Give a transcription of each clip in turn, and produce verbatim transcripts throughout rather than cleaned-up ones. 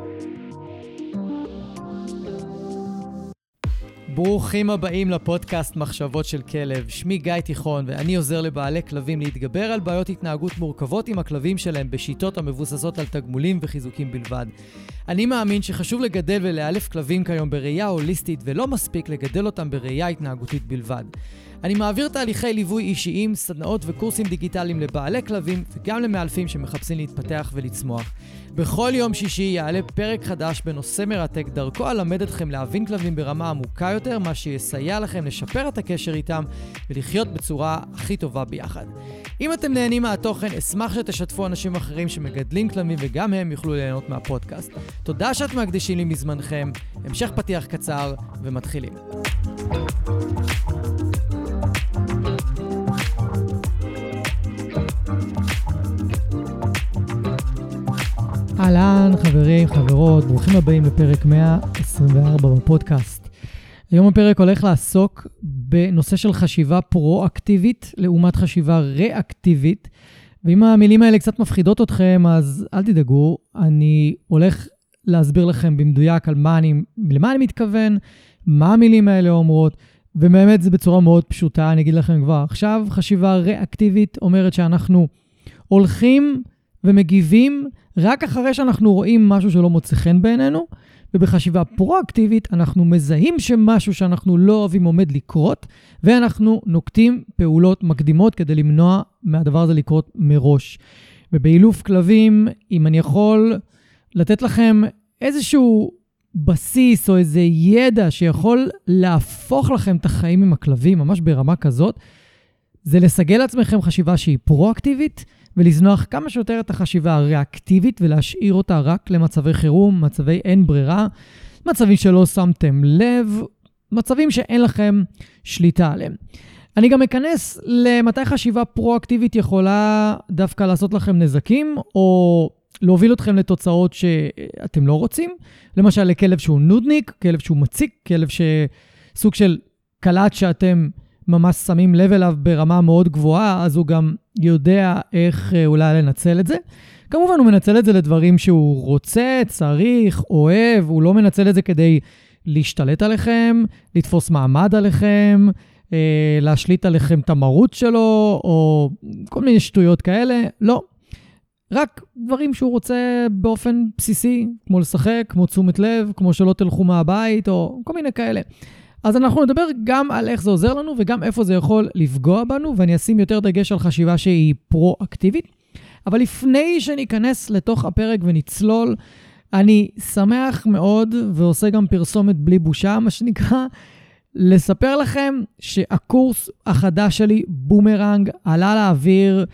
ברוכים הבאים לפודקאסט מחשבות של כלב. שמי גיא תיכון ואני עוזר לבעלי כלבים להתגבר על בעיות התנהגות מורכבות עם הכלבים שלהם בשיטות המבוססות על תגמולים וחיזוקים בלבד. אני מאמין שחשוב לגדל ולאלף כלבים כיום בראייה הוליסטית ולא מספיק לגדל אותם בראייה התנהגותית בלבד. אני מעביר תהליכי ליווי אישיים, סדנאות וקורסים דיגיטליים לבעלי כלבים וגם למאלפים שמחפשים להתפתח ולצמוח. בכל יום שישי יעלה פרק חדש בנושא מרתק, דרכו אלמד אתכם להבין כלבים ברמה עמוקה יותר, מה שיסייע לכם לשפר את הקשר איתם ולחיות בצורה הכי טובה ביחד. אם אתם נהנים מהתוכן, אשמח שתשתפו אנשים אחרים שמגדלים כלבים וגם הם יוכלו ליהנות מהפודקאסט. תודה שאתם מקדישים לי מזמנכם, המשך פתיח קצר ומתחילים. אהלן חברים, חברות, ברוכים הבאים לפרק מאה עשרים וארבע בפודקאסט. היום הפרק הולך לעסוק בנושא של חשיבה פרו-אקטיבית לעומת חשיבה ריאקטיבית, ואם המילים האלה קצת מפחידות אתכם, אז אל תדאגו, אני הולך להסביר לכם במדויק על מה אני, למה אני מתכוון, מה המילים האלה אומרות, ובאמת זה בצורה מאוד פשוטה, אני אגיד לכם כבר עכשיו, חשיבה ריאקטיבית אומרת שאנחנו הולכים ומגיבים רק אחרי שאנחנו רואים משהו שלא מוצא חן בעינינו, ובחשיבה פרו-אקטיבית אנחנו מזהים שמשהו שאנחנו לא אוהבים עומד לקרות, ואנחנו נוקטים פעולות מקדימות כדי למנוע מהדבר הזה לקרות מראש. ובאילוף כלבים, אם אני יכול לתת לכם איזשהו בסיס או איזה ידע שיכול להפוך לכם את החיים עם הכלבים, ממש ברמה כזאת, זה לסגל לעצמכם חשיבה שהיא פרו-אקטיבית, ולזנוח כמה שיותר את החשיבה הריאקטיבית, ולהשאיר אותה רק למצבי חירום, מצבי אין ברירה, מצבים שלא שמתם לב, מצבים שאין לכם שליטה עליהם. אני גם אכנס למתי חשיבה פרו-אקטיבית יכולה דווקא לעשות לכם נזקים, או להוביל אתכם לתוצאות שאתם לא רוצים. למשל, לכלב שהוא נודניק, כלב שהוא מציק, כלב שסוג של קלט שאתם ממש שמים לב אליו ברמה מאוד גבוהה, אז הוא גם יודע איך אולי לנצל את זה. כמובן הוא מנצל את זה לדברים שהוא רוצה, צריך, אוהב, הוא לא מנצל את זה כדי להשתלט עליכם, לתפוס מעמד עליכם, להשליט עליכם את המרות שלו, או כל מיני שטויות כאלה. לא. רק דברים שהוא רוצה באופן בסיסי, כמו לשחק, כמו תשומת לב, כמו שלא תלכו מהבית, או כל מיני כאלה. אז אנחנו נדבר גם על איך זה עוזר לנו, וגם איפה זה יכול לפגוע בנו, ואני אשים יותר דגש על חשיבה שהיא פרו-אקטיבית. אבל לפני שניכנס לתוך הפרק ונצלול, אני שמח מאוד, ועושה גם פרסומת בלי בושה, מה שנקרא, לספר לכם שהקורס החדש שלי, בומרנג, עלה לאוויר,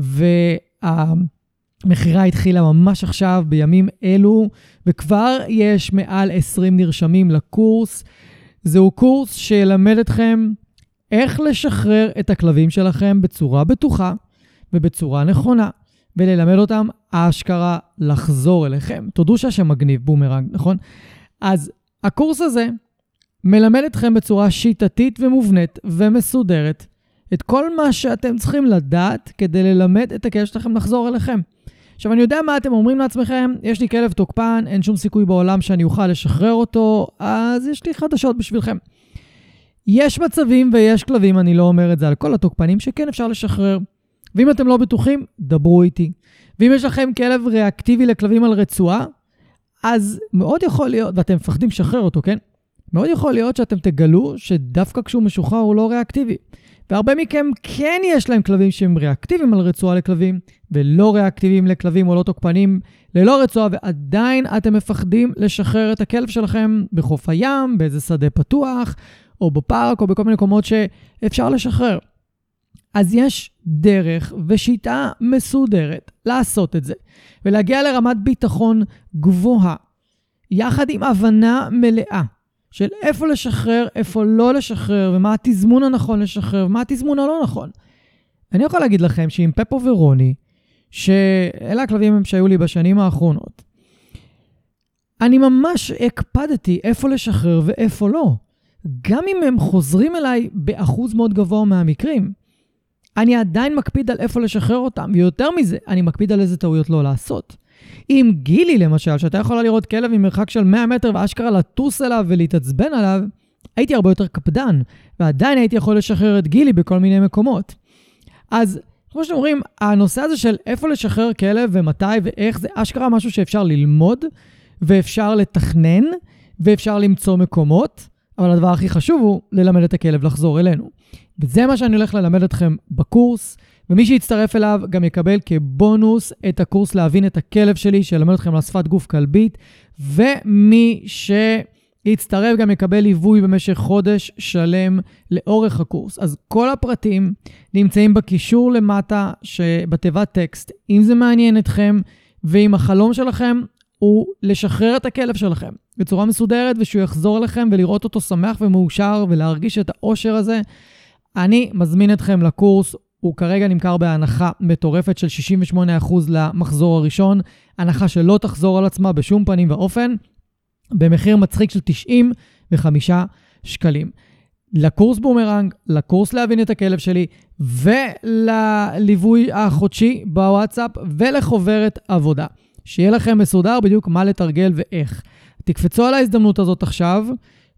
והמחירה התחילה ממש עכשיו, בימים אלו, וכבר יש מעל עשרים נרשמים לקורס. זהו קורס שילמד אתכם איך לשחרר את הכלבים שלכם בצורה בטוחה ובצורה נכונה, וללמד אותם אשכרה לחזור אליכם. תודו שהשם מגניב, בומרנג, נכון? אז הקורס הזה מלמד אתכם בצורה שיטתית ומובנית ומסודרת את כל מה שאתם צריכים לדעת כדי ללמד את הכלב שלכם לחזור אליכם. עכשיו, אני יודע מה אתם אומרים לעצמכם, יש לי כלב תוקפן, אין שום סיכוי בעולם שאני אוכל לשחרר אותו, אז יש לי חדשות בשבילכם. יש מצבים ויש כלבים, אני לא אומר את זה על כל התוקפנים, שכן אפשר לשחרר. ואם אתם לא בטוחים, דברו איתי. ואם יש לכם כלב ריאקטיבי לכלבים על רצועה, אז מאוד יכול להיות, ואתם מפחדים לשחרר אותו, כן? מאוד יכול להיות שאתם תגלו שדווקא כשהוא משוחרר הוא לא ריאקטיבי. והרבה מכם כן יש להם כלבים שהם ריאקטיביים על רצועה לכלבים, ולא ריאקטיביים לכלבים או לא תוקפנים ללא רצועה, ועדיין אתם מפחדים לשחרר את הכלב שלכם בחוף הים, באיזה שדה פתוח, או בפארק, או בכל מיני מקומות שאפשר לשחרר. אז יש דרך ושיטה מסודרת לעשות את זה, ולהגיע לרמת ביטחון גבוהה, יחד עם הבנה מלאה, של איפה לשחרר, איפה לא לשחרר, ומה התזמון הנכון לשחרר, ומה התזמון הלא נכון. אני יכול להגיד לכם שעם פפו ורוני, שאלה הכלבים שהיו לי בשנים האחרונות, אני ממש הקפדתי איפה לשחרר ואיפה לא. גם אם הם חוזרים אליי באחוז מאוד גבוה מהמקרים, אני עדיין מקפיד על איפה לשחרר אותם, ויותר מזה, אני מקפיד על איזה טעויות לא לעשות. אם גילי למשל, שאתה יכולה לראות כלב עם מרחק של מאה מטר ואשכרה לטוס אליו ולהתעצבן עליו, הייתי הרבה יותר קפדן, ועדיין הייתי יכול לשחרר את גילי בכל מיני מקומות. אז כמו שאתם אומרים, הנושא הזה של איפה לשחרר כלב ומתי ואיך, זה אשכרה משהו שאפשר ללמוד, ואפשר לתכנן, ואפשר למצוא מקומות, אבל הדבר הכי חשוב הוא ללמד את הכלב לחזור אלינו. וזה מה שאני הולך ללמד אתכם בקורס, ומי שיצטרף אליו גם יקבל כבונוס את הקורס להבין את הכלב שלי, שלמד אתכם לשפת גוף כלבית, ומי שיצטרף גם יקבל ליווי במשך חודש שלם לאורך הקורס. אז כל הפרטים נמצאים בקישור למטה שבתיבת טקסט. אם זה מעניין אתכם, ואם החלום שלכם הוא לשחרר את הכלב שלכם בצורה מסודרת, ושהוא יחזור לכם ולראות אותו שמח ומאושר ולהרגיש את האושר הזה, אני מזמין אתכם לקורס. הוא כרגע נמכר בהנחה מטורפת של שישים ושמונה אחוז למחזור הראשון, הנחה שלא תחזור על עצמה בשום פנים ואופן, במחיר מצחיק של תשעים וחמישה שקלים. לקורס בומרנג, לקורס להבין את הכלב שלי, ולליווי החודשי בוואטסאפ, ולחוברת עבודה. שיהיה לכם מסודר בדיוק מה לתרגל ואיך. תקפצו על ההזדמנות הזאת עכשיו,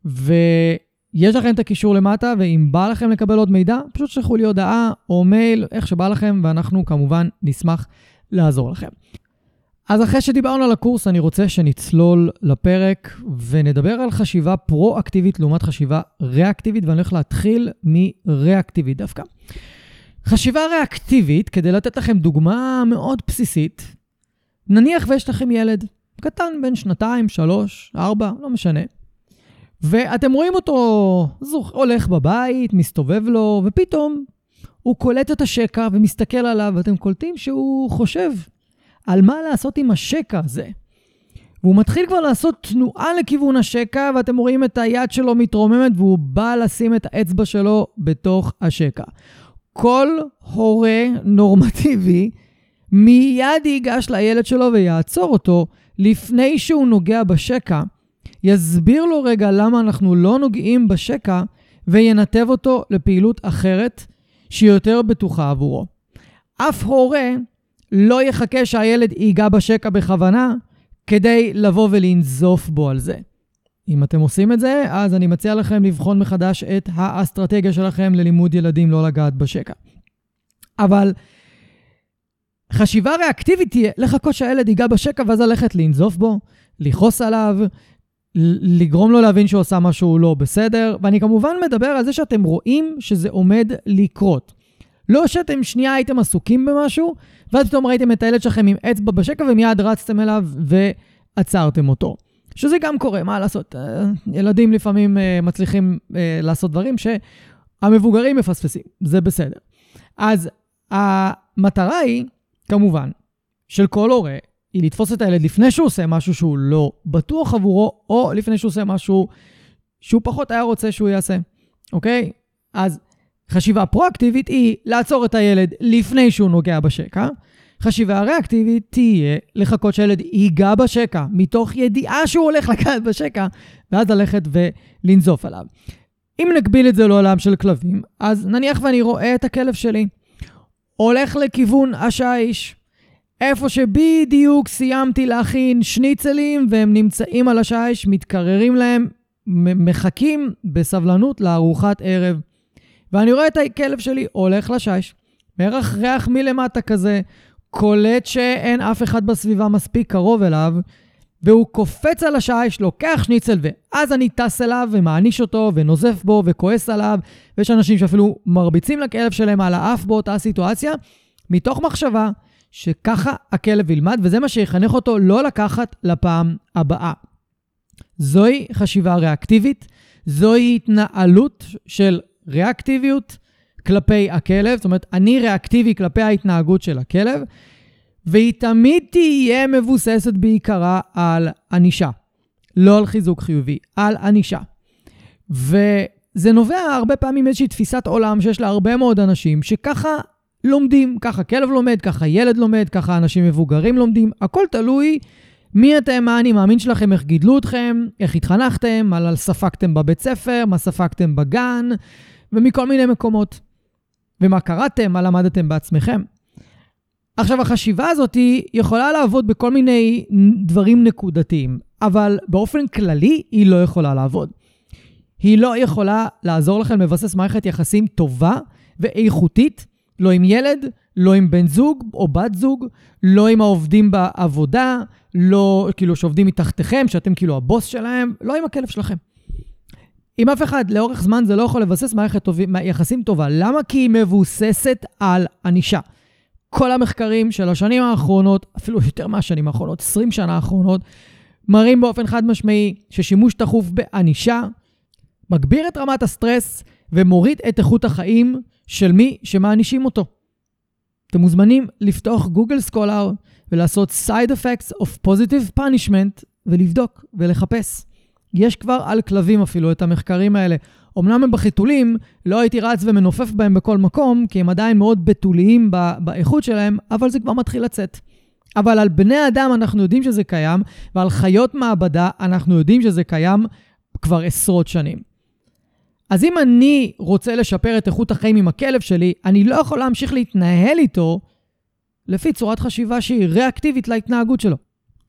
ויש לכם את הקישור למטה, ואם בא לכם לקבל עוד מידע, פשוט שלחו לי הודעה או מייל, איך שבא לכם, ואנחנו כמובן נשמח לעזור לכם. אז אחרי שדיברנו על הקורס, אני רוצה שנצלול לפרק, ונדבר על חשיבה פרו-אקטיבית לעומת חשיבה ריאקטיבית, ואני הולך להתחיל מריאקטיבית דווקא. חשיבה ריאקטיבית, כדי לתת לכם דוגמה מאוד בסיסית, נניח ויש לכם ילד קטן בין שנתיים, שלוש, ארבע, לא משנה. ואתם רואים אותו זוך, הולך בבית, מסתובב לו, ופתאום הוא קולט את השקע ומסתכל עליו, ואתם קולטים שהוא חושב על מה לעשות עם השקע הזה. והוא מתחיל כבר לעשות תנועה לכיוון השקע, ואתם רואים את היד שלו מתרוממת, והוא בא לשים את האצבע שלו בתוך השקע. כל הורה נורמטיבי מיד ייגש לילד שלו ויעצור אותו לפני שהוא נוגע בשקע, יסביר לו רגע למה אנחנו לא נוגעים בשקע, וינתב אותו לפעילות אחרת שהיא יותר בטוחה עבורו. אף הורה לא יחכה שהילד ייגע בשקע בכוונה, כדי לבוא ולנזוף בו על זה. אם אתם עושים את זה, אז אני מציע לכם לבחון מחדש את האסטרטגיה שלכם ללימוד ילדים לא לגעת בשקע. אבל חשיבה ריאקטיבית תהיה לחכות שהילד ייגע בשקע, ואז ללכת לנזוף בו, לחוס עליו, לגרום לו להבין שהוא עושה משהו לא בסדר, ואני כמובן מדבר על זה שאתם רואים שזה עומד לקרות. לא שאתם שנייה הייתם עסוקים במשהו, ואז פתאום ראיתם את הילד שלכם עם אצבע בשקע, ומיד רצתם אליו ועצרתם אותו. שזה גם קורה, מה לעשות? ילדים לפעמים מצליחים לעשות דברים שהמבוגרים מפספסים, זה בסדר. אז המטרה היא, כמובן, של כל הורה, היא לתפוס את הילד לפני שהוא עושה משהו שהוא לא בטוח עבורו, או לפני שהוא עושה משהו שהוא פחות היה רוצה שהוא יעשה. אוקיי? אז חשיבה פרואקטיבית היא לעצור את הילד לפני שהוא נוגע בשקע. חשיבה ריאקטיבית תהיה לחכות שהילד ייגע בשקע, מתוך ידיעה שהוא הולך לגעת בשקע, ואז ללכת ולנזוף עליו. אם נקביל את זה לעולם של כלבים, אז נניח ואני רואה את הכלב שלי, הולך לכיוון השיש, איפה שבדיוק סיימתי להכין שניצלים, והם נמצאים על השיש, מתקררים להם, מחכים בסבלנות לארוחת ערב. ואני רואה את הכלב שלי הולך לשיש, מרח ריח מלמטה כזה, קולט שאין אף אחד בסביבה מספיק קרוב אליו, והוא קופץ על השיש, לוקח שניצל, ואז אני טס אליו ומעניש אותו ונוזף בו וכועס עליו, ויש אנשים שאפילו מרביצים לכלב שלהם על האף באותה סיטואציה, מתוך מחשבה שככה הכלב ילמד, וזה מה שיחנך אותו לא לקחת לפעם הבאה. זוהי חשיבה ריאקטיבית, זוהי התנהלות של ריאקטיביות כלפי הכלב, זאת אומרת, אני ריאקטיבי כלפי ההתנהגות של הכלב, והיא תמיד תהיה מבוססת בעיקרה על ענישה, לא על חיזוק חיובי, על ענישה. וזה נובע הרבה פעמים איזושהי תפיסת עולם שיש לה הרבה מאוד אנשים, שככה לומדים, ככה כלב לומד, ככה ילד לומד, ככה אנשים מבוגרים לומדים, הכל תלוי מי אתם, מה אני מאמין שלכם, איך גידלו אתכם, איך התחנכתם, מה ספקתם בבית ספר, מה ספקתם בגן, ומכל מיני מקומות. ומה קראתם, מה למדתם בעצמכם. עכשיו, החשיבה הזאת היא יכולה לעבוד בכל מיני דברים נקודתיים, אבל באופן כללי היא לא יכולה לעבוד. היא לא יכולה לעזור לכם לבסס מערכת יחסים טובה ואיכותית, לא עם ילד, לא עם בן זוג או בת זוג, לא עם העובדים בעבודה, לא כאילו שעובדים מתחתיכם, שאתם כאילו הבוס שלהם, לא עם הכלב שלכם. עם אף אחד, לאורך זמן זה לא יכול לבסס מערכת טוב, יחסים טובה. למה? כי היא מבוססת על ענישה. כל המחקרים של השנים האחרונות, אפילו יותר מהשנים האחרונות, עשרים שנה האחרונות, מראים באופן חד משמעי ששימוש תכוף בענישה, מגביר את רמת הסטרס ומוריד את איכות החיים של מי שמענישים אותו. אתם מוזמנים לפתוח גוגל סקולר ולעשות side effects of positive punishment ולבדוק ולחפש. יש כבר על כלבים אפילו את המחקרים האלה. אמנם הם בחיתולים, לא הייתי רץ ומנופף בהם בכל מקום, כי הם עדיין מאוד בתוליים באיכות שלהם, אבל זה כבר מתחיל לצאת. אבל על בני אדם אנחנו יודעים שזה קיים, ועל חיות מעבדה אנחנו יודעים שזה קיים כבר עשרות שנים. אז אם אני רוצה לשפר את איכות החיים עם הכלב שלי, אני לא יכול להמשיך להתנהל איתו לפי צורת חשיבה שהיא ריאקטיבית להתנהגות שלו.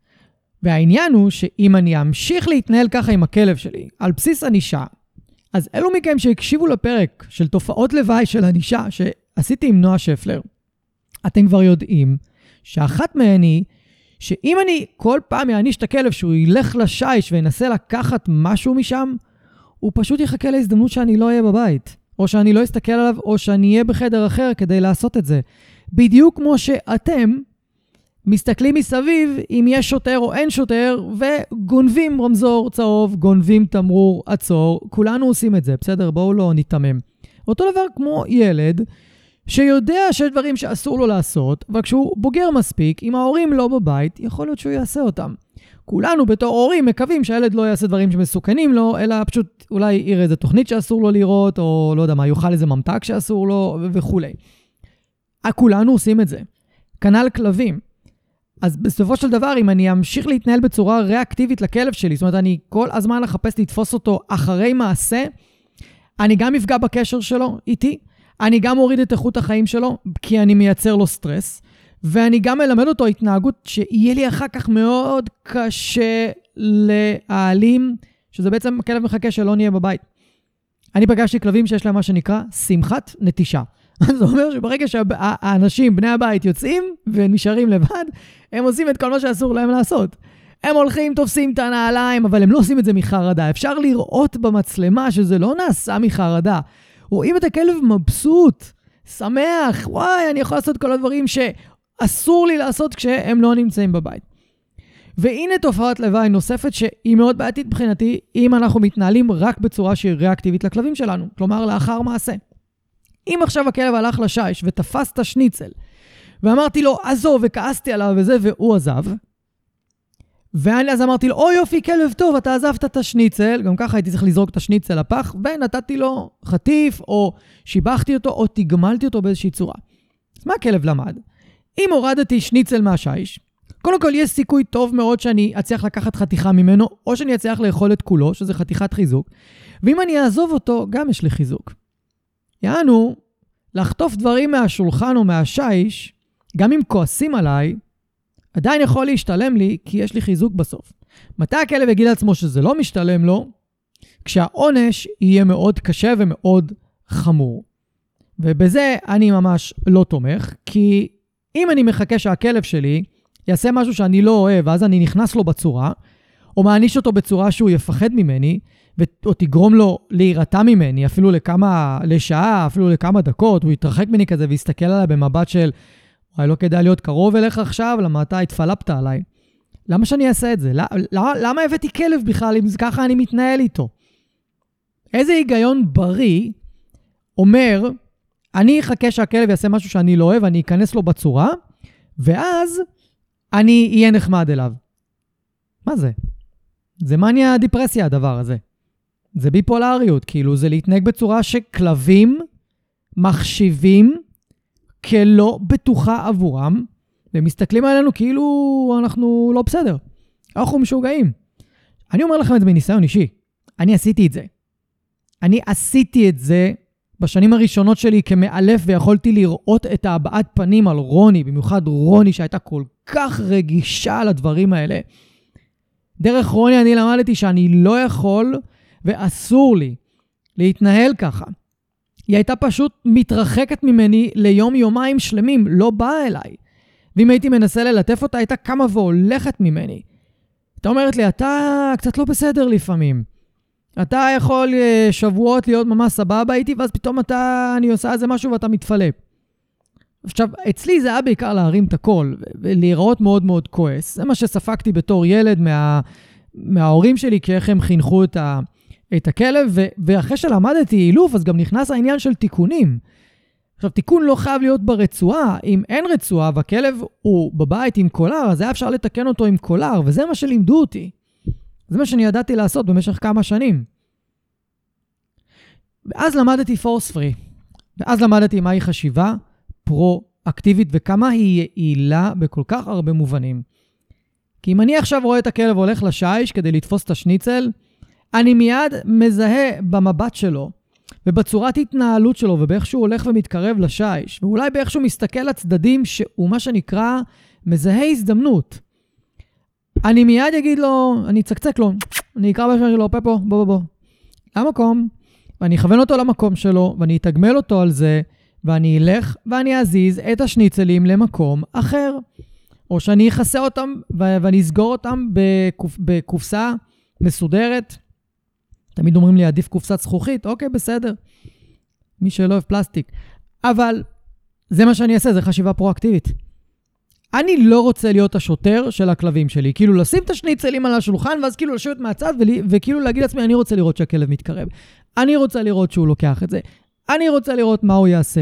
והעניין הוא שאם אני אמשיך להתנהל ככה עם הכלב שלי, על בסיס ענישה, אז אלו מכם שהקשיבו לפרק של תופעות לוואי של ענישה שעשיתי עם נועה שפלר, אתם כבר יודעים שאחת מהן היא שאם אני כל פעם יעניש את הכלב שהוא ילך לשיש וינסה לקחת משהו משם, הוא פשוט יחכה להזדמנות שאני לא אהיה בבית, או שאני לא אסתכל עליו, או שאני אהיה בחדר אחר כדי לעשות את זה. בדיוק כמו שאתם מסתכלים מסביב אם יש שוטר או אין שוטר, וגונבים רמזור צהוב, גונבים תמרור עצור, כולנו עושים את זה, בסדר? בואו לא ניתמם. אותו דבר כמו ילד, שיודע שיש דברים שאסור לו לעשות, אבל כשהוא בוגר מספיק, אם ההורים לא בבית, יכול להיות שהוא יעשה אותם. כולנו בתור הורים מקווים שהילד לא יעשה דברים שמסוכנים לו, אלא פשוט אולי יראה איזה תוכנית שאסור לו לראות, או לא יודע מה, יאכל איזה ממתק שאסור לו וכו'. כולנו עושים את זה. כנ"ל כלבים. אז בסופו של דבר, אם אני אמשיך להתנהל בצורה ריאקטיבית לכלב שלי, זאת אומרת, אני כל הזמן לחפש לתפוס אותו אחרי מעשה, אני גם אפגע בקשר שלו איתי, אני גם אוריד את איכות החיים שלו, כי אני מייצר לו סטרס, ואני גם מלמד אותו התנהגות שיהיה לי אחר כך מאוד קשה להעלים, שזה בעצם הכלב מחכה שלא נהיה בבית. אני פגשתי כלבים שיש להם מה שנקרא שמחת נטישה. זה אומר שברגע שהאנשים, בני הבית, יוצאים ונשארים לבד, הם עושים את כל מה שאסור להם לעשות. הם הולכים, תופסים את הנעליים, אבל הם לא עושים את זה מחרדה. אפשר לראות במצלמה שזה לא נעשה מחרדה. רואים את הכלב מבסוט, שמח, וואי, אני יכול לעשות כל הדברים שאסור לי לעשות כשהם לא נמצאים בבית. והנה תופעת לוואי נוספת שהיא מאוד בעייתית מבחינתי, אם אנחנו מתנהלים רק בצורה שהיא ריאקטיבית לכלבים שלנו, כלומר לאחר מעשה. אם עכשיו הכלב הלך לשיש ותפס את השניצל, ואמרתי לו, עזוב, וכעסתי עליו וזה, והוא עזב, ואני אז אמרתי לו, אוי יופי, כלב טוב, אתה עזבת את השניצל, גם ככה הייתי צריך לזרוק את השניצל לפח, ונתתי לו חטיף, או שיבחתי אותו, או תגמלתי אותו באיזושהי צורה. אז מה הכלב למד? אם הורדתי שניצל מהשיש, קודם כל יש סיכוי טוב מאוד שאני אצליח לקחת חתיכה ממנו, או שאני אצליח לאכול את כולו, שזה חתיכת חיזוק, ואם אני אעזוב אותו, גם יש לי חיזוק. יענו, לחטוף דברים מהשולחן או מהשיש, גם אם כועסים עליי, עדיין יכול להשתלם לי, כי יש לי חיזוק בסוף. מתי הכלב יגיד לעצמו שזה לא משתלם לו? כשהעונש יהיה מאוד קשה ומאוד חמור. ובזה אני ממש לא תומך, כי אם אני מחכה שהכלב שלי יעשה משהו שאני לא אוהב, ואז אני נכנס לו בצורה, או מעניש אותו בצורה שהוא יפחד ממני, או תגרום לו להירתע ממני, אפילו לכמה, לשעה, אפילו לכמה דקות, הוא יתרחק ממני כזה ויסתכל עליי במבט של, וואי, לא כדאי להיות קרוב אליך עכשיו, למה אתה התפלפת עליי. למה שאני אעשה את זה? למה, למה הבאתי כלב בכלל, אם ככה אני מתנהל איתו? איזה היגיון בריא אומר, אני אחכה שהכלב יעשה משהו שאני לא אוהב, אני אכנס לו בצורה, ואז אני אהיה נחמד אליו. מה זה? זה מניה דיפרסיה הדבר הזה. זה ביפולריות, כאילו זה להתנהג בצורה שכלבים מחשיבים כלא בטוחה עבורם, ומסתכלים עלינו כאילו אנחנו לא בסדר. אנחנו משוגעים. אני אומר לכם את זה מניסיון אישי. אני עשיתי את זה. אני עשיתי את זה בשנים הראשונות שלי כמאלף, ויכולתי לראות את ההבעת פנים על רוני, במיוחד רוני שהייתה כל כך רגישה על הדברים האלה. דרך רוני אני למדתי שאני לא יכול ואסור לי להתנהל ככה. היא הייתה פשוט מתרחקת ממני ליום יומיים שלמים, לא באה אליי. ואם הייתי מנסה ללטף אותה, הייתה קמה והולכת ממני. אתה אומרת לי, אתה קצת לא בסדר לפעמים. אתה יכול שבועות להיות ממש סבבה איתי, ואז פתאום אתה, אני עושה איזה משהו ואתה מתפלא. עכשיו, אצלי זה היה בעיקר להרים את הכל, ולהיראות מאוד מאוד כועס. זה מה שספקתי בתור ילד מה, מההורים שלי, כי איך הם חינכו את, ה, את הכלב, ו, ואחרי שלמדתי אילוף, אז גם נכנס העניין של תיקונים. עכשיו, תיקון לא חייב להיות ברצועה. אם אין רצועה והכלב הוא בבית עם קולר, אז היה אפשר לתקן אותו עם קולר, וזה מה שלימדו אותי. זה מה שאני ידעתי לעשות במשך כמה שנים. ואז למדתי פורס פרי. ואז למדתי מהי חשיבה פרו-אקטיבית, וכמה היא יעילה בכל כך הרבה מובנים. כי אם אני עכשיו רואה את הכלב הולך לשיש כדי לתפוס את השניצל, אני מיד מזהה במבט שלו, ובצורת התנהלות שלו, ובאיך שהוא הולך ומתקרב לשיש, ואולי באיך שהוא מסתכל לצדדים, שהוא מה שנקרא מזהה הזדמנות. אני מיד אגיד לו, אני אצקצק לו, אני אקרא בשביל לו, פפו, בוא בוא בוא. למקום, ואני אכוון אותו למקום שלו, ואני אתגמל אותו על זה, ואני אלך ואני אזיז את השניצלים למקום אחר. או שאני אחסה אותם ואני אסגור אותם בקופ, בקופסה מסודרת. תמיד אומרים לי, עדיף קופסת זכוכית. אוקיי, בסדר. מי שלא אוהב פלסטיק. אבל זה מה שאני אעשה, זה חשיבה פרואקטיבית. אני לא רוצה להיות השוטר של הכלבים שלי. כאילו לשים את השניצלים על השולחן, ואז כאילו לשבת מהצד, וכאילו להגיד לעצמי, אני רוצה לראות שהכלב מתקרב. אני רוצה לראות שהוא לוקח את זה. אני רוצה לראות מה הוא יעשה.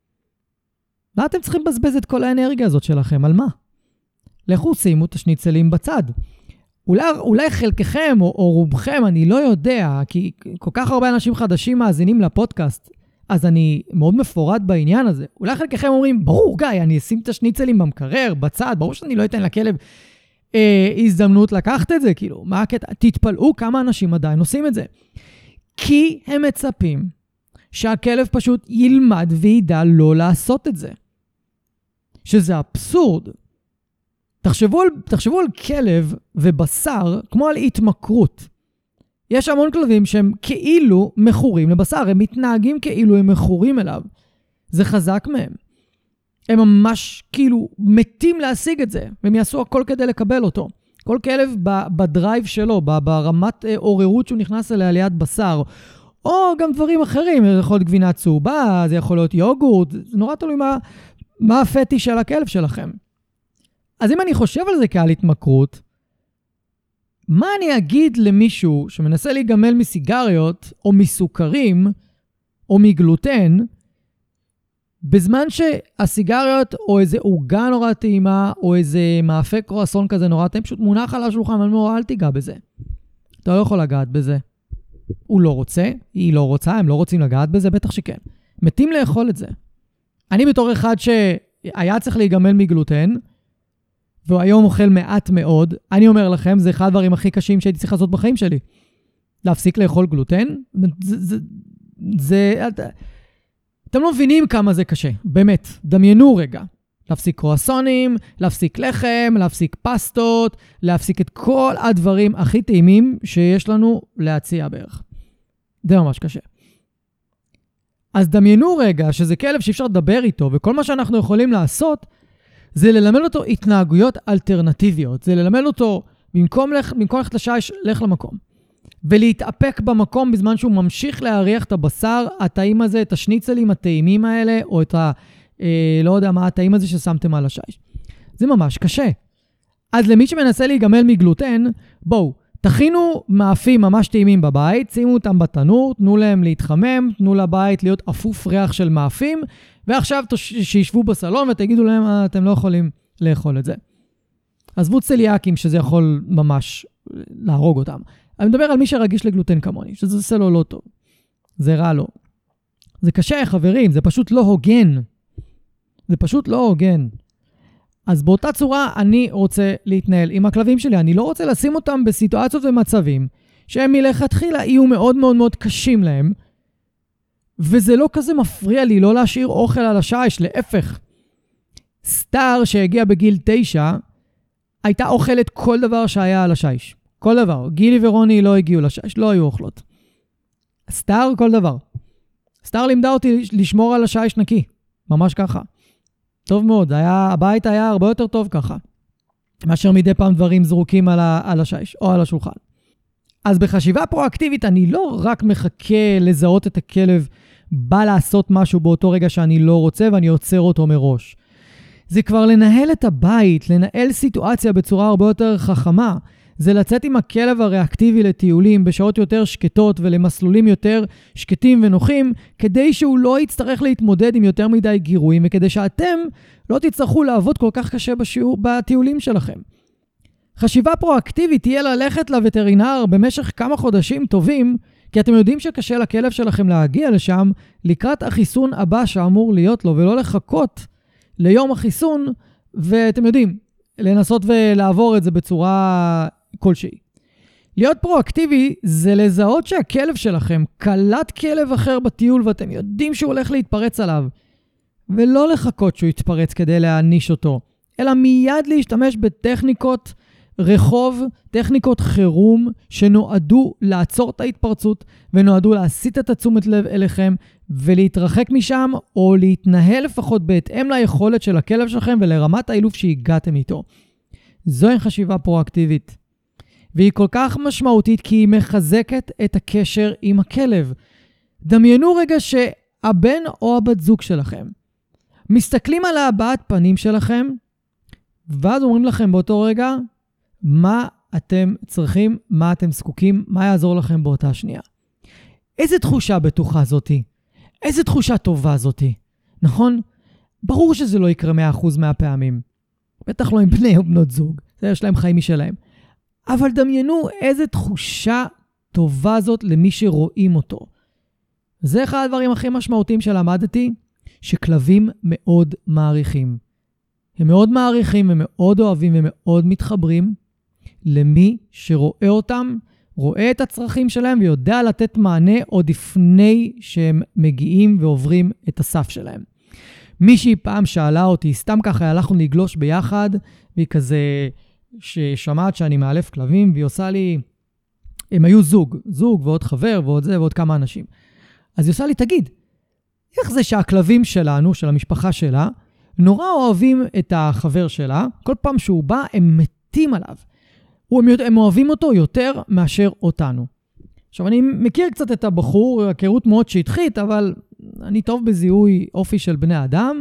מה אתם צריכים לבזבז את כל האנרגיה הזאת שלכם? על מה? לכו שימו את השניצלים בצד. אולי, אולי חלקכם או, או רובכם, אני לא יודע, כי כל כך הרבה אנשים חדשים מאזינים לפודקאסט, אז אני מאוד מפורט בעניין הזה. אולי חלקכם אומרים, ברור גיא, אני אשים את השניצלים במקרר, בצד, ברור שאני לא אתן לכלב אה, הזדמנות לקחת את זה, כאילו, מה הקטע? תתפלאו כמה אנשים עדיין עושים את זה. כי הם מצפים שהכלב פשוט ילמד וידע לא לעשות את זה. שזה אבסורד. תחשבו על, תחשבו על כלב ובשר כמו על התמכרות. יש המון כלבים שהם כאילו מכורים לבשר, הם מתנהגים כאילו הם מכורים אליו. זה חזק מהם. הם ממש כאילו מתים להשיג את זה, והם יעשו הכל כדי לקבל אותו. כל כלב בדרייב שלו, ברמת עוררות שהוא נכנס אליה ליד בשר, או גם דברים אחרים, זה יכול להיות גבינה צהובה, זה יכול להיות יוגורט, זה נורא תלוי מה, מה הפטי של הכלב שלכם. אז אם אני חושב על זה כעל התמכרות, מה אני אגיד למישהו שמנסה להיגמל מסיגריות, או מסוכרים, או מגלוטן, בזמן שהסיגריות, או איזה עוגה נורא טעימה, או איזה מאפה קרואסון כזה נורא טעים, פשוט מונח על השולחן, אני אומר, אל תיגע בזה. אתה לא יכול לגעת בזה. הוא לא רוצה, היא לא רוצה, הם לא רוצים לגעת בזה, בטח שכן. מתים לאכול את זה. אני בתור אחד שהיה צריך להיגמל מגלוטן, והוא היום אוכל מעט מאוד, אני אומר לכם, זה אחד הדברים הכי קשים שהייתי צריך לעשות בחיים שלי. להפסיק לאכול גלוטן, זה, זה, זה, אתם לא מבינים כמה זה קשה, באמת, דמיינו רגע. להפסיק קרואסונים, להפסיק לחם, להפסיק פסטות, להפסיק את כל הדברים הכי טעימים שיש לנו להציע בערך. זה ממש קשה. אז דמיינו רגע שזה כלב שאפשר לדבר איתו, וכל מה שאנחנו יכולים לעשות, זה ללמד אותו התנהגויות אלטרנטיביות. זה ללמד אותו, במקום ללכת לשיש, לך למקום. ולהתאפק במקום בזמן שהוא ממשיך להריח את הבשר, הטעים הזה, את השניצלים הטעימים האלה, או את ה... אה, לא יודע מה הטעים הזה ששמתם על השיש. זה ממש קשה. אז למי שמנסה להיגמל מגלוטן, בואו, תכינו מאפים ממש טעימים בבית, שימו אותם בתנור, תנו להם להתחמם, תנו לבית להיות אפוף ריח של מאפים, ועכשיו שישבו בסלון ותגידו להם, אתם לא יכולים לאכול את זה. עזבו צליאקים שזה יכול ממש להרוג אותם. אני מדבר על מי שרגיש לגלוטן כמוני, שזה עושה לו לא טוב. זה רע לו. זה קשה, חברים, זה פשוט לא הוגן. זה פשוט לא הוגן. אז באותה צורה אני רוצה להתנהל עם הכלבים שלי. אני לא רוצה לשים אותם בסיטואציות ומצבים שהם מלכתחילה יהיו מאוד מאוד מאוד קשים להם, וזה לא כזה מפריע לי לא להשאיר אוכל על השיש, להפך. סטאר שהגיע בגיל תשע, הייתה אוכלת כל דבר שהיה על השיש. כל דבר. גילי ורוני לא הגיעו לשיש, לא היו אוכלות. סטאר כל דבר. סטאר לימדה אותי לשמור על השיש נקי. ממש ככה. טוב מאוד. היה, הבית היה הרבה יותר טוב ככה. מאשר מדי פעם דברים זרוקים על, ה, על השיש או על השולחן. אז בחשיבה פרואקטיבית אני לא רק מחכה לזהות את הכלב, בא לעשות משהו באותו רגע שאני לא רוצה ואני עוצר אותו מראש. זה כבר לנהל את הבית, לנהל סיטואציה בצורה הרבה יותר חכמה. זה לצאת עם הכלב הריאקטיבי לטיולים בשעות יותר שקטות ולמסלולים יותר שקטים ונוחים, כדי שהוא לא יצטרך להתמודד עם יותר מדי גירויים, וכדי שאתם לא תצטרכו לעבוד כל כך קשה בשיעור, בטיולים שלכם. חשיבה פרואקטיבית תהיה ללכת לווטרינר במשך כמה חודשים טובים, כי אתם יודעים שקשה לכלב שלכם להגיע לשם לקראת החיסון הבא שאמור להיות לו, ולא לחכות ליום החיסון, ואתם יודעים, לנסות ולעבור את זה בצורה כלשהי. להיות פרואקטיבי זה לזהות שהכלב שלכם קלט כלב אחר בטיול, ואתם יודעים שהוא הולך להתפרץ עליו, ולא לחכות שהוא יתפרץ כדי להעניש אותו, אלא מיד להשתמש בטכניקות רחוב, טכניקות חירום שנועדו לעצור את ההתפרצות ונועדו להסיט את התשומת לב אליכם ולהתרחק משם או להתנהל לפחות בהתאם ליכולת של הכלב שלכם ולרמת האילוף שהגעתם איתו. זוהי חשיבה פרואקטיבית. והיא כל כך משמעותית כי היא מחזקת את הקשר עם הכלב. דמיינו רגע שהבן או הבת זוג שלכם מסתכלים על הבעת פנים שלכם ואז אומרים לכם באותו רגע מה אתם צריכים, מה אתם זקוקים, מה יעזור לכם באותה שנייה. איזה תחושה בטוחה זאתי? איזה תחושה טובה זאתי? נכון? ברור שזה לא יקרה מאה אחוז מהפעמים. בטח לא עם בני או בנות זוג. זה יש להם חיים משלהם. אבל דמיינו איזה תחושה טובה זאת למי שרואים אותו. זה אחד הדברים הכי משמעותיים שלמדתי, שכלבים מאוד מעריכים. הם מאוד מעריכים ומאוד אוהבים ומאוד מתחברים למי שרואה אותם, רואה את הצרכים שלהם ויודע לתת מענה עוד לפני שהם מגיעים ועוברים את הסף שלהם. מישהי פעם שאלה אותי, סתם ככה הלכנו לגלוש ביחד, והיא כזה ששמעת שאני מאלף כלבים, והיא עושה לי, הם היו זוג, זוג ועוד חבר ועוד זה ועוד כמה אנשים. אז היא עושה לי, תגיד, איך זה שהכלבים שלנו, של המשפחה שלה, נורא אוהבים את החבר שלה, כל פעם שהוא בא הם מתים עליו. הם, הם אוהבים אותו יותר מאשר אותנו. עכשיו אני מכיר קצת את הבחור, הכירות מאוד שטחית, אבל אני טוב בזיהוי אופי של בני אדם,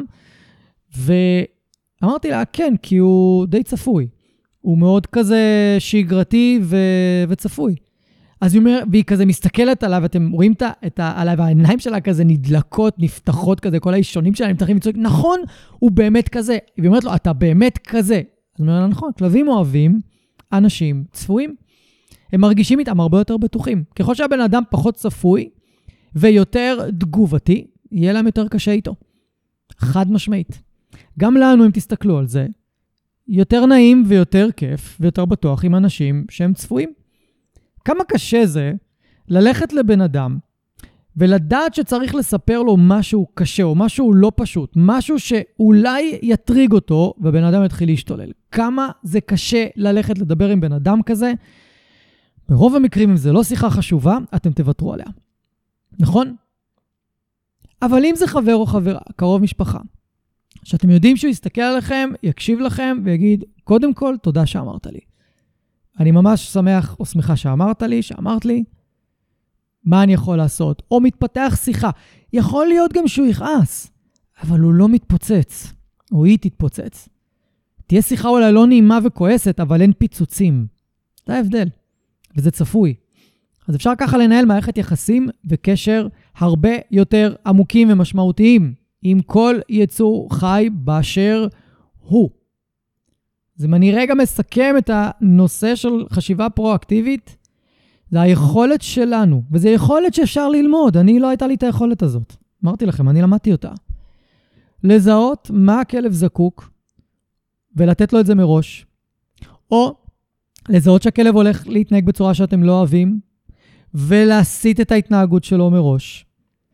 ואמרתי לה כן, כי הוא די צפוי. הוא מאוד כזה שגרתי ו- וצפוי. אז היא אומרת, והיא כזה מסתכלת עליו, ואתם רואים את ה- עליו, והעיניים שלה כזה נדלקות, נפתחות כזה, כל האישונים שלה נפתחים וצועק, נכון, הוא באמת כזה. והיא אומרת לו, אתה באמת כזה. אז היא אומרת, נכון, כלבים אוהבים אנשים צפויים. הם מרגישים איתם הרבה יותר בטוחים. ככל שהבן אדם פחות צפוי ויותר תגובתי, יהיה להם יותר קשה איתו. חד משמעית. גם לנו, אם תסתכלו על זה, יותר נעים ויותר כיף ויותר בטוח עם אנשים שהם צפויים. כמה קשה זה ללכת לבן אדם ולדעת שצריך לספר לו משהו קשה או משהו לא פשוט, משהו שאולי יטריג אותו ובן אדם יתחיל להשתולל. כמה זה קשה ללכת לדבר עם בן אדם כזה. ברוב המקרים, אם זה לא שיחה חשובה, אתם תוותרו עליה. נכון? אבל אם זה חבר או חברה, קרוב משפחה, שאתם יודעים שהוא יסתכל עליכם, יקשיב לכם ויגיד, קודם כל, תודה שאמרת לי. אני ממש שמח או שמחה שאמרת לי, שאמרת לי, מה אני יכול לעשות? או מתפתח שיחה. יכול להיות גם שהוא יכעס, אבל הוא לא מתפוצץ, או היא תתפוצץ. תהיה שיחה אולי לא נעימה וכועסת, אבל אין פיצוצים. זה ההבדל, וזה צפוי. אז אפשר ככה לנהל מערכת יחסים וקשר הרבה יותר עמוקים ומשמעותיים, עם כל יצור חי באשר הוא. אז אם אני רגע מסכם את הנושא של חשיבה פרואקטיבית, זה היכולת שלנו, וזה יכולת שאפשר ללמוד. אני לא הייתה לי את היכולת הזאת. אמרתי לכם, אני למדתי אותה. לזהות מה הכלב זקוק, ולתת לו את זה מראש. או לזהות שהכלב הולך להתנהג בצורה שאתם לא אוהבים, ולהסיט את ההתנהגות שלו מראש.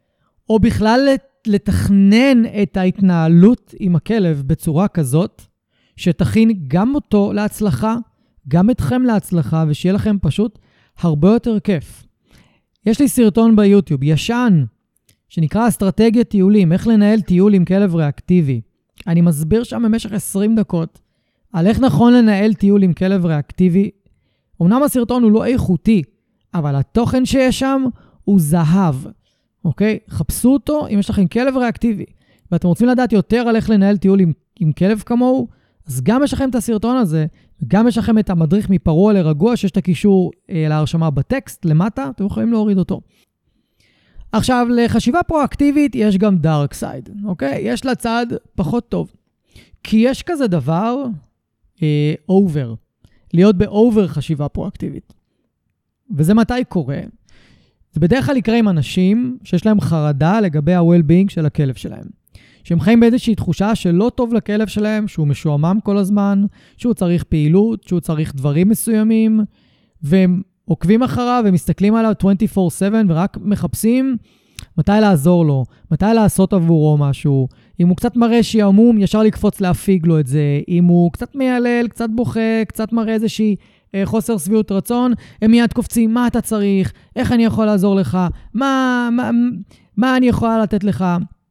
או בכלל לתכנן את ההתנהלות עם הכלב בצורה כזאת, שתכין גם אותו להצלחה, גם אתכם להצלחה, ושיהיה לכם פשוט הרבה יותר כיף. יש לי סרטון ביוטיוב, ישן, שנקרא אסטרטגיית טיולים, איך לנהל טיול עם כלב ריאקטיבי. אני מסביר שם במשך עשרים דקות, על איך נכון לנהל טיול עם כלב ריאקטיבי. אמנם הסרטון הוא לא איכותי, אבל התוכן שיש שם הוא זהב. אוקיי? חפשו אותו אם יש לכם כלב ריאקטיבי, ואתם רוצים לדעת יותר על איך לנהל טיול עם, עם כלב כמוהו, אז גם יש לכם את הסרטון הזה, וגם יש לכם את המדריך מפרוע לרגוע, שיש את הקישור אה, להרשמה בטקסט, למטה, אתם יכולים להוריד אותו. עכשיו, לחשיבה פרואקטיבית יש גם דארק סייד, אוקיי? יש לה צד פחות טוב. כי יש כזה דבר, אה, אובר, להיות באובר חשיבה פרואקטיבית. וזה מתי קורה? זה בדרך כלל יקרה עם אנשים שיש להם חרדה לגבי ה-well-being של הכלב שלהם. שהם חיים באיזושהי תחושה שלא טוב לכלב שלהם, שהוא משועמם כל הזמן, שהוא צריך פעילות, שהוא צריך דברים מסוימים, והם עוקבים אחריו ומסתכלים עליו עשרים וארבע שבע ורק מחפשים מתי לעזור לו, מתי לעשות עבורו משהו. אם הוא קצת מראה שיעמום, ישר לקפוץ להפיג לו את זה. אם הוא קצת מיילל, קצת בוכה, קצת מראה איזושהי חוסר סביעות רצון, הם מיד קופצים, מה אתה צריך? איך אני יכול לעזור לך? מה, מה, מה אני יכולה לתת לך?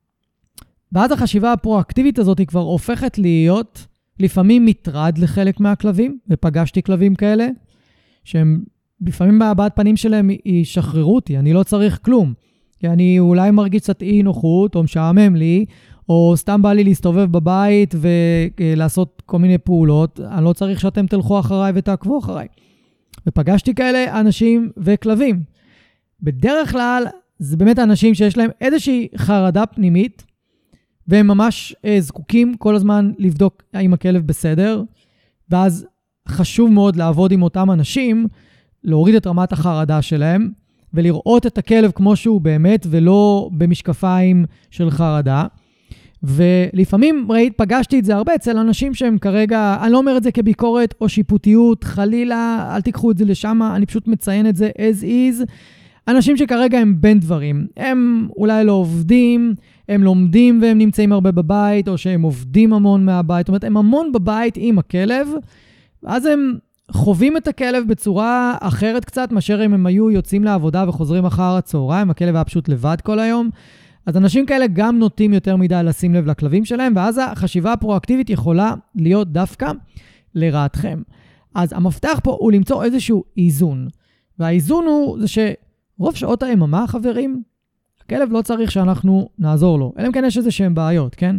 ואז החשיבה הפרואקטיבית הזאת היא כבר הופכת להיות לפעמים מטרד לחלק מהכלבים, ופגשתי כלבים כאלה, שהם לפעמים בהבעת פנים שלהם ישחררו אותי, אני לא צריך כלום. כי אני אולי מרגיש קצת אי נוחות, או משעמם לי, או סתם בא לי להסתובב בבית ולעשות כל מיני פעולות, אני לא צריך שאתם תלכו אחריי ותעקבו אחריי. ופגשתי כאלה אנשים וכלבים. בדרך כלל, זה באמת אנשים שיש להם איזושהי חרדה פנימית, והם ממש אה, זקוקים כל הזמן לבדוק האם הכלב בסדר, ואז חשוב מאוד לעבוד עם אותם אנשים, להוריד את רמת החרדה שלהם, ולראות את הכלב כמו שהוא באמת, ולא במשקפיים של חרדה. ולפעמים ראית, פגשתי את זה הרבה אצל אנשים שהם כרגע, אני לא אומר את זה כביקורת או שיפוטיות, חלילה, אל תיקחו את זה לשם, אני פשוט מציין את זה as is. אנשים שכרגע הם בין דברים, הם אולי לא עובדים, הם לומדים והם נמצאים הרבה בבית, או שהם עובדים המון מהבית, זאת אומרת, הם המון בבית עם הכלב, ואז הם חווים את הכלב בצורה אחרת קצת, מאשר אם הם היו יוצאים לעבודה וחוזרים אחר הצהריים, הכלב היה פשוט לבד כל היום. אז אנשים כאלה גם נוטים יותר מדי לשים לב לכלבים שלהם, ואז החשיבה הפרואקטיבית יכולה להיות דווקא לרעתכם. אז המפתח פה הוא למצוא איזשהו איזון. והאיזון הוא זה שרוב שעות היממה, חברים, הכלב לא צריך שאנחנו נעזור לו. אלא אם כן יש איזה שהם בעיות, כן?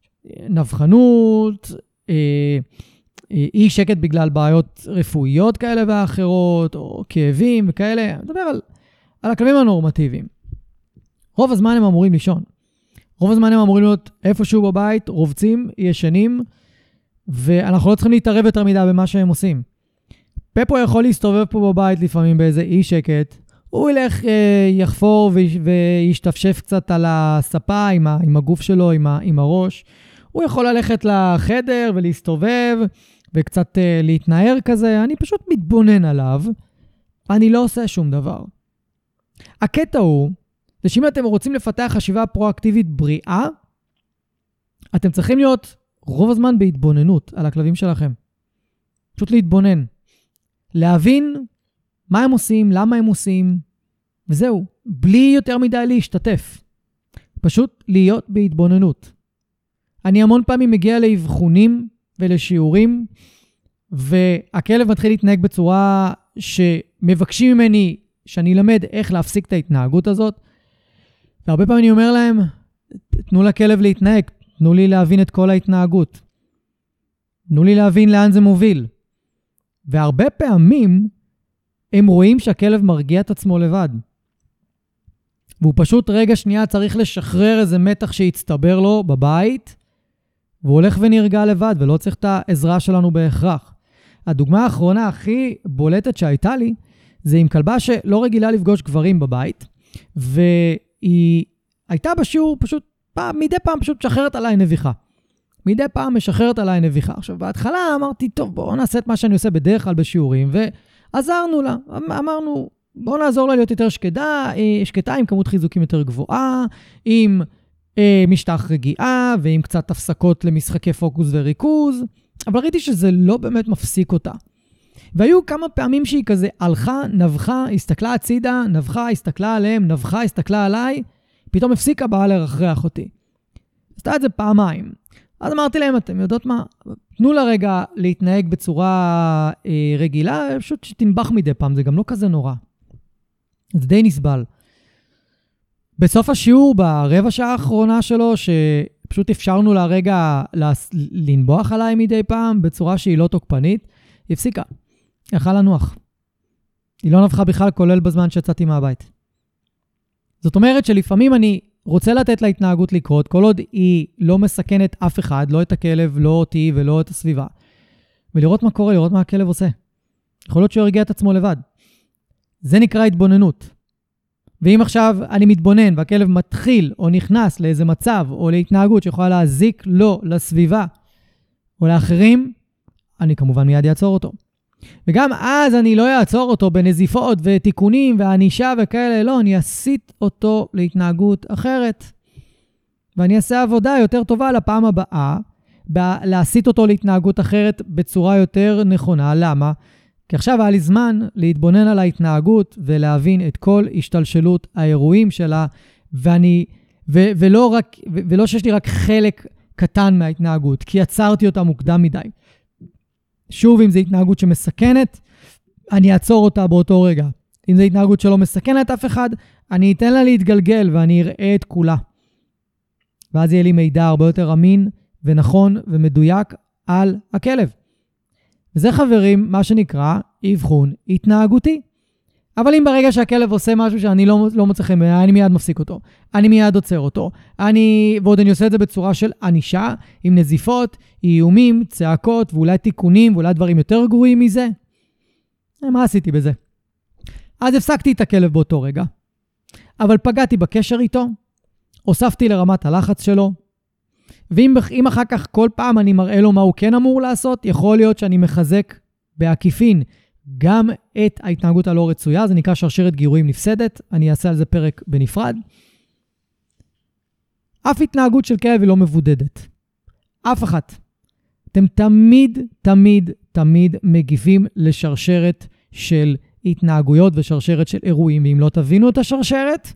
נבחנות, אה, אי שקט בגלל בעיות רפואיות כאלה ואחרות, או כאבים וכאלה. אני מדבר על, על הכלבים הנורמטיביים. רוב הזמן הם אמורים לישון. רוב הזמן הם אמורים להיות איפשהו בבית, רובצים, ישנים, ואנחנו לא צריכים להתערב יותר מדי במה שהם עושים. פפו יכול להסתובב פה בבית לפעמים באיזה אי שקט, הוא ילך, אה, יחפור וישתפשף קצת על הספה עם, ה, עם הגוף שלו, עם, ה, עם הראש. הוא יכול ללכת לחדר ולהסתובב וקצת אה, להתנער כזה. אני פשוט מתבונן עליו, אני לא עושה שום דבר. הקטע הוא, זה שאם אתם רוצים לפתח חשיבה פרואקטיבית בריאה, אתם צריכים להיות רוב הזמן בהתבוננות על הכלבים שלכם. פשוט להתבונן. להבין מה הם עושים, למה הם עושים, וזהו. בלי יותר מדי להשתתף. פשוט להיות בהתבוננות. אני המון פעמים מגיע לאבחונים ולשיעורים, והכלב מתחיל להתנהג בצורה שמבקשים ממני שאני אלמד איך להפסיק את ההתנהגות הזאת, והרבה פעמים אני אומר להם, תנו לכלב להתנהג, תנו לי להבין את כל ההתנהגות. תנו לי להבין לאן זה מוביל. והרבה פעמים הם רואים שהכלב מרגיע את עצמו לבד. והוא פשוט רגע שנייה צריך לשחרר איזה מתח שהצטבר לו בבית, והוא הולך ונרגע לבד, ולא צריך את העזרה שלנו בהכרח. הדוגמה האחרונה הכי בולטת שהייתה לי, זה עם כלבה שלא רגילה לפגוש גברים בבית, והיא הייתה בשיעור פשוט, פעם, מדי פעם פשוט משחררת עליי נביחה. מדי פעם משחררת עליי נביחה. עכשיו, בהתחלה אמרתי, טוב, בואו נעשה את מה שאני עושה בדרך כלל בשיעורים, ועזרנו לה. אמרנו, בואו נעזור לה להיות יותר שקטה, שקטה עם כמות חיזוקים יותר גבוהה, עם אה, משטח רגיעה, ועם קצת הפסקות למשחקי פוקוס וריכוז, אבל ראיתי שזה לא באמת מפסיק אותה. והיו כמה פעמים שהיא כזה הלכה, נבחה, הסתכלה הצידה, נבחה, הסתכלה עליהם, נבחה, הסתכלה עליי, פתאום הפסיקה באה לרחרח אותי. עשתה את זה פעמיים. אז אמרתי להם, אתם יודעות מה? תנו לה רגע להתנהג בצורה אה, רגילה, פשוט שתנבח מדי פעם, זה גם לא כזה נורא. זה די נסבל. בסוף השיעור, ברבע שעה האחרונה שלו, שפשוט אפשרנו לה רגע לנבוח עליי מדי פעם, בצורה שהיא לא תוקפנית, היא הפסיקה. היא יכלה לנוח. היא לא נבחה בכלל, כולל בזמן שיצאתי מהבית. זאת אומרת שלפעמים אני רוצה לתת לה התנהגות לקרות, כל עוד היא לא מסכנת אף אחד, לא את הכלב, לא אותי ולא את הסביבה. ולראות מה קורה, לראות מה הכלב עושה. יכול להיות שהוא ירגיע את עצמו לבד. זה נקרא התבוננות. ואם עכשיו אני מתבונן והכלב מתחיל או נכנס לאיזה מצב או להתנהגות שיכולה להזיק לו, לסביבה או לאחרים, אני כמובן מיד יעצור אותו. וגם אז אני לא אעצור אותו בנזיפות ותיקונים והענישה וכאלה, לא, אני אסיט אותו להתנהגות אחרת. ואני אעשה עבודה יותר טובה לפעם הבאה, להסיט אותו להתנהגות אחרת בצורה יותר נכונה. למה? כי עכשיו היה לי זמן להתבונן על ההתנהגות ולהבין את כל השתלשלות האירועים שלה, ואני, ו, ולא רק, ו, ולא שיש לי רק חלק קטן מההתנהגות, כי עצרתי אותה מוקדם מדי. שוב, אם זו התנהגות שמסכנת, אני אעצור אותה באותו רגע. אם זו התנהגות שלא מסכנת אף אחד, אני אתן לה להתגלגל ואני אראה את כולה. ואז יהיה לי מידע הרבה יותר אמין ונכון ומדויק על הכלב. וזה חברים, מה שנקרא אבחון התנהגותי. אבל אם ברגע שהכלב עושה משהו שאני לא, לא מוצא חן, אני מיד מפסיק אותו. אני מיד עוצר אותו. אני, ועוד אני עושה את זה בצורה של ענישה, עם נזיפות, איומים, צעקות, ואולי תיקונים, ואולי דברים יותר גרועים מזה. מה עשיתי בזה? אז הפסקתי את הכלב באותו רגע. אבל פגעתי בקשר איתו, הוספתי לרמת הלחץ שלו, ואם אחר כך כל פעם אני מראה לו מה הוא כן אמור לעשות, יכול להיות שאני מחזק בעקיפין גם את ההתנהגות הלא רצויה, זה נקרא שרשרת גירויים נפסדת, אני אעשה על זה פרק בנפרד. אף התנהגות של כלב היא לא מבודדת. אף אחת. אתם תמיד, תמיד, תמיד מגיבים לשרשרת של התנהגויות ושרשרת של אירועים, ואם לא תבינו את השרשרת,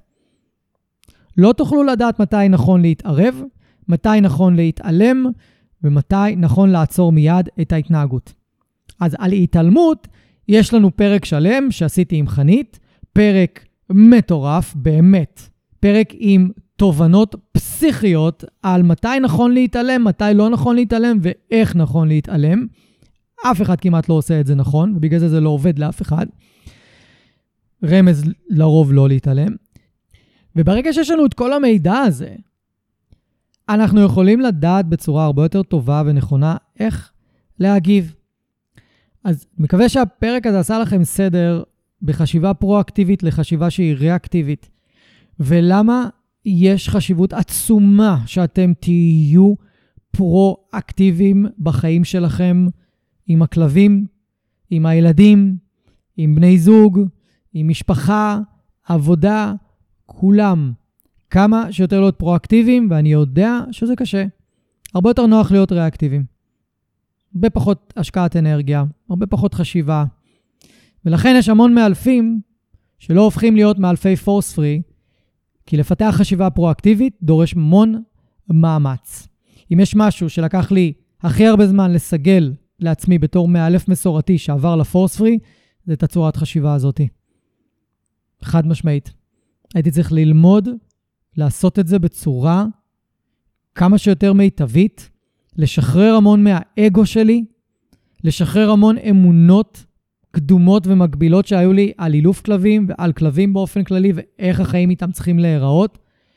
לא תוכלו לדעת מתי נכון להתערב, מתי נכון להתעלם, ומתי נכון לעצור מיד את ההתנהגות. אז על התעלמות, יש לנו פרק שלם שעשיתי עם חנית, פרק מטורף, באמת. פרק עם תובנות פסיכיות על מתי נכון להתעלם, מתי לא נכון להתעלם, ואיך נכון להתעלם. אף אחד כמעט לא עושה את זה נכון, ובגלל זה זה לא עובד לאף אחד. רמז לרוב לא להתעלם. וברגע שיש לנו את כל המידע הזה, אנחנו יכולים לדעת בצורה הרבה יותר טובה ונכונה איך להגיב. אז מקווה שהפרק הזה עשה לכם סדר בחשיבה פרואקטיבית לחשיבה שהיא ריאקטיבית. ולמה יש חשיבות עצומה שאתם תהיו פרואקטיביים בחיים שלכם עם הכלבים, עם הילדים, עם בני זוג, עם משפחה, עבודה, כולם. כמה שיותר להיות פרואקטיביים, ואני יודע שזה קשה. הרבה יותר נוח להיות ריאקטיביים. הרבה פחות השקעת אנרגיה, הרבה פחות חשיבה. ולכן יש המון מאלפים שלא הופכים להיות מאלפי פורס פרי, כי לפתח חשיבה פרואקטיבית דורש המון מאמץ. אם יש משהו שלקח לי הכי הרבה זמן לסגל לעצמי בתור מאלף מסורתי שעבר לפורס פרי, זה את הצורת חשיבה הזאת. חד משמעית. הייתי צריך ללמוד לעשות את זה בצורה כמה שיותר מיטבית, לשחרר המון מהאגו שלי, לשחרר המון אמונות קדומות ומקבילות שהיו לי על אילוף כלבים ועל כלבים באופן כללי ואיך החיים איתם צריכים להיראות,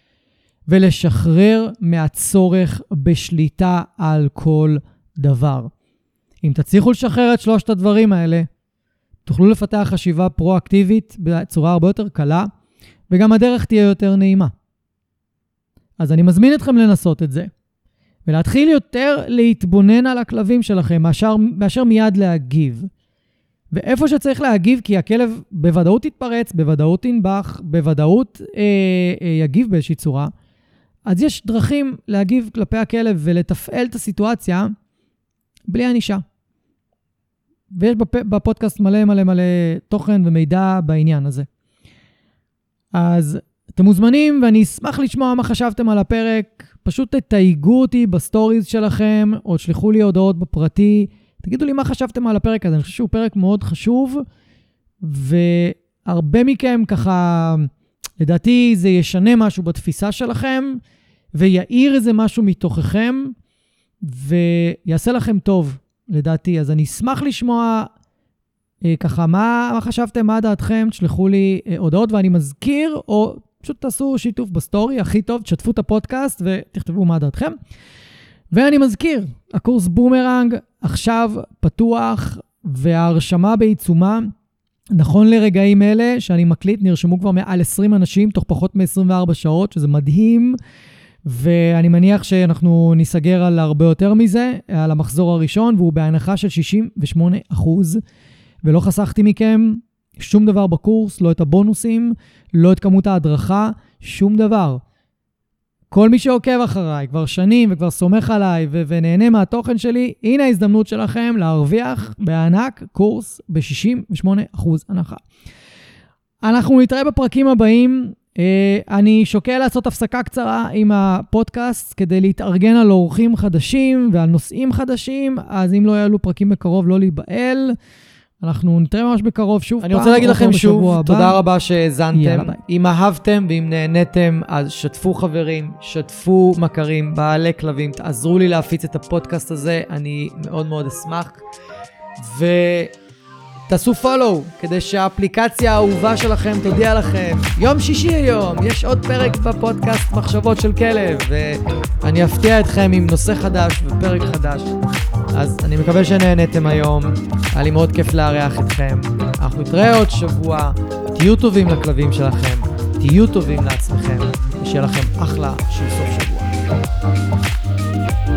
ולשחרר מהצורך בשליטה על כל דבר. אם תצליחו לשחרר את שלושת הדברים האלה, תוכלו לפתח חשיבה פרואקטיבית בצורה הרבה יותר קלה, וגם הדרך תהיה יותר נעימה. אז אני מזמין אתכם לנסות את זה, ולהתחיל יותר להתבונן על הכלבים שלכם, מאשר, מאשר מיד להגיב. ואיפה שצריך להגיב, כי הכלב בוודאות יתפרץ, בוודאות ינבח, בוודאות אה, אה, יגיב באיזושהי צורה, אז יש דרכים להגיב כלפי הכלב ולתפעל את הסיטואציה בלי ענישה. ויש בפ... בפודקאסט מלא מלא מלא תוכן ומידע בעניין הזה. אז אתם מוזמנים, ואני אשמח לשמוע מה חשבתם על הפרק. פשוט תתייגו אותי בסטוריז שלכם, או תשלחו לי הודעות בפרטי. תגידו לי מה חשבתם על הפרק הזה. אני חושב שהוא פרק מאוד חשוב, והרבה מכם ככה, לדעתי זה ישנה משהו בתפיסה שלכם, ויעיר איזה משהו מתוככם, ויעשה לכם טוב, לדעתי. אז אני אשמח לשמוע אה, ככה מה, מה חשבתם, מה דעתכם, תשלחו לי אה, הודעות, ואני מזכיר, או פשוט תעשו שיתוף בסטורי, הכי טוב, תשתפו את הפודקאסט ותכתבו מה דעתכם. ואני מזכיר, הקורס בומרנג עכשיו פתוח, וההרשמה בעיצומה, נכון לרגעים אלה שאני מקליט, נרשמו כבר מעל עשרים אנשים, תוך פחות מ-עשרים וארבע שעות, שזה מדהים, ואני מניח שאנחנו ניסגר על הרבה יותר מזה, על המחזור הראשון, והוא בהנחה של שישים ושמונה אחוז, ולא חסכתי מכם שום דבר בקורס, לא את הבונוסים, לא את כמות ההדרכה, שום דבר. כל מי שעוקב אחריי, כבר שנים וכבר סומך עליי ו- ונהנה מהתוכן שלי, הנה ההזדמנות שלכם להרוויח בענק קורס ב-שישים ושמונה אחוז הנחה. אנחנו נתראה בפרקים הבאים. אני שוקל לעשות הפסקה קצרה עם הפודקאסט כדי להתארגן על אורחים חדשים ועל נושאים חדשים, אז אם לא יעלו פרקים בקרוב, לא להיבעל. אנחנו נתראה ממש בקרוב שוב. אני רוצה להגיד לכם שוב, תודה רבה שהזנתם. אם אהבתם ואם נהנתם, אז שתפו חברים, שתפו מכרים, בעלי כלבים, תעזרו לי להפיץ את הפודקאסט הזה, אני מאוד מאוד אשמח. ותעשו פולו, כדי שהאפליקציה האהובה שלכם תודיע לכם. יום שישי היום, יש עוד פרק בפודקאסט מחשבות של כלב, ואני אפתיע אתכם עם נושא חדש ופרק חדש. אז אני מקווה שנהנתם היום, היה לי מאוד כיף לארח אתכם. אנחנו נתראה עוד שבוע, תהיו טובים לכלבים שלכם, תהיו טובים לעצמכם, ושיהיה לכם אחלה של סוף שבוע.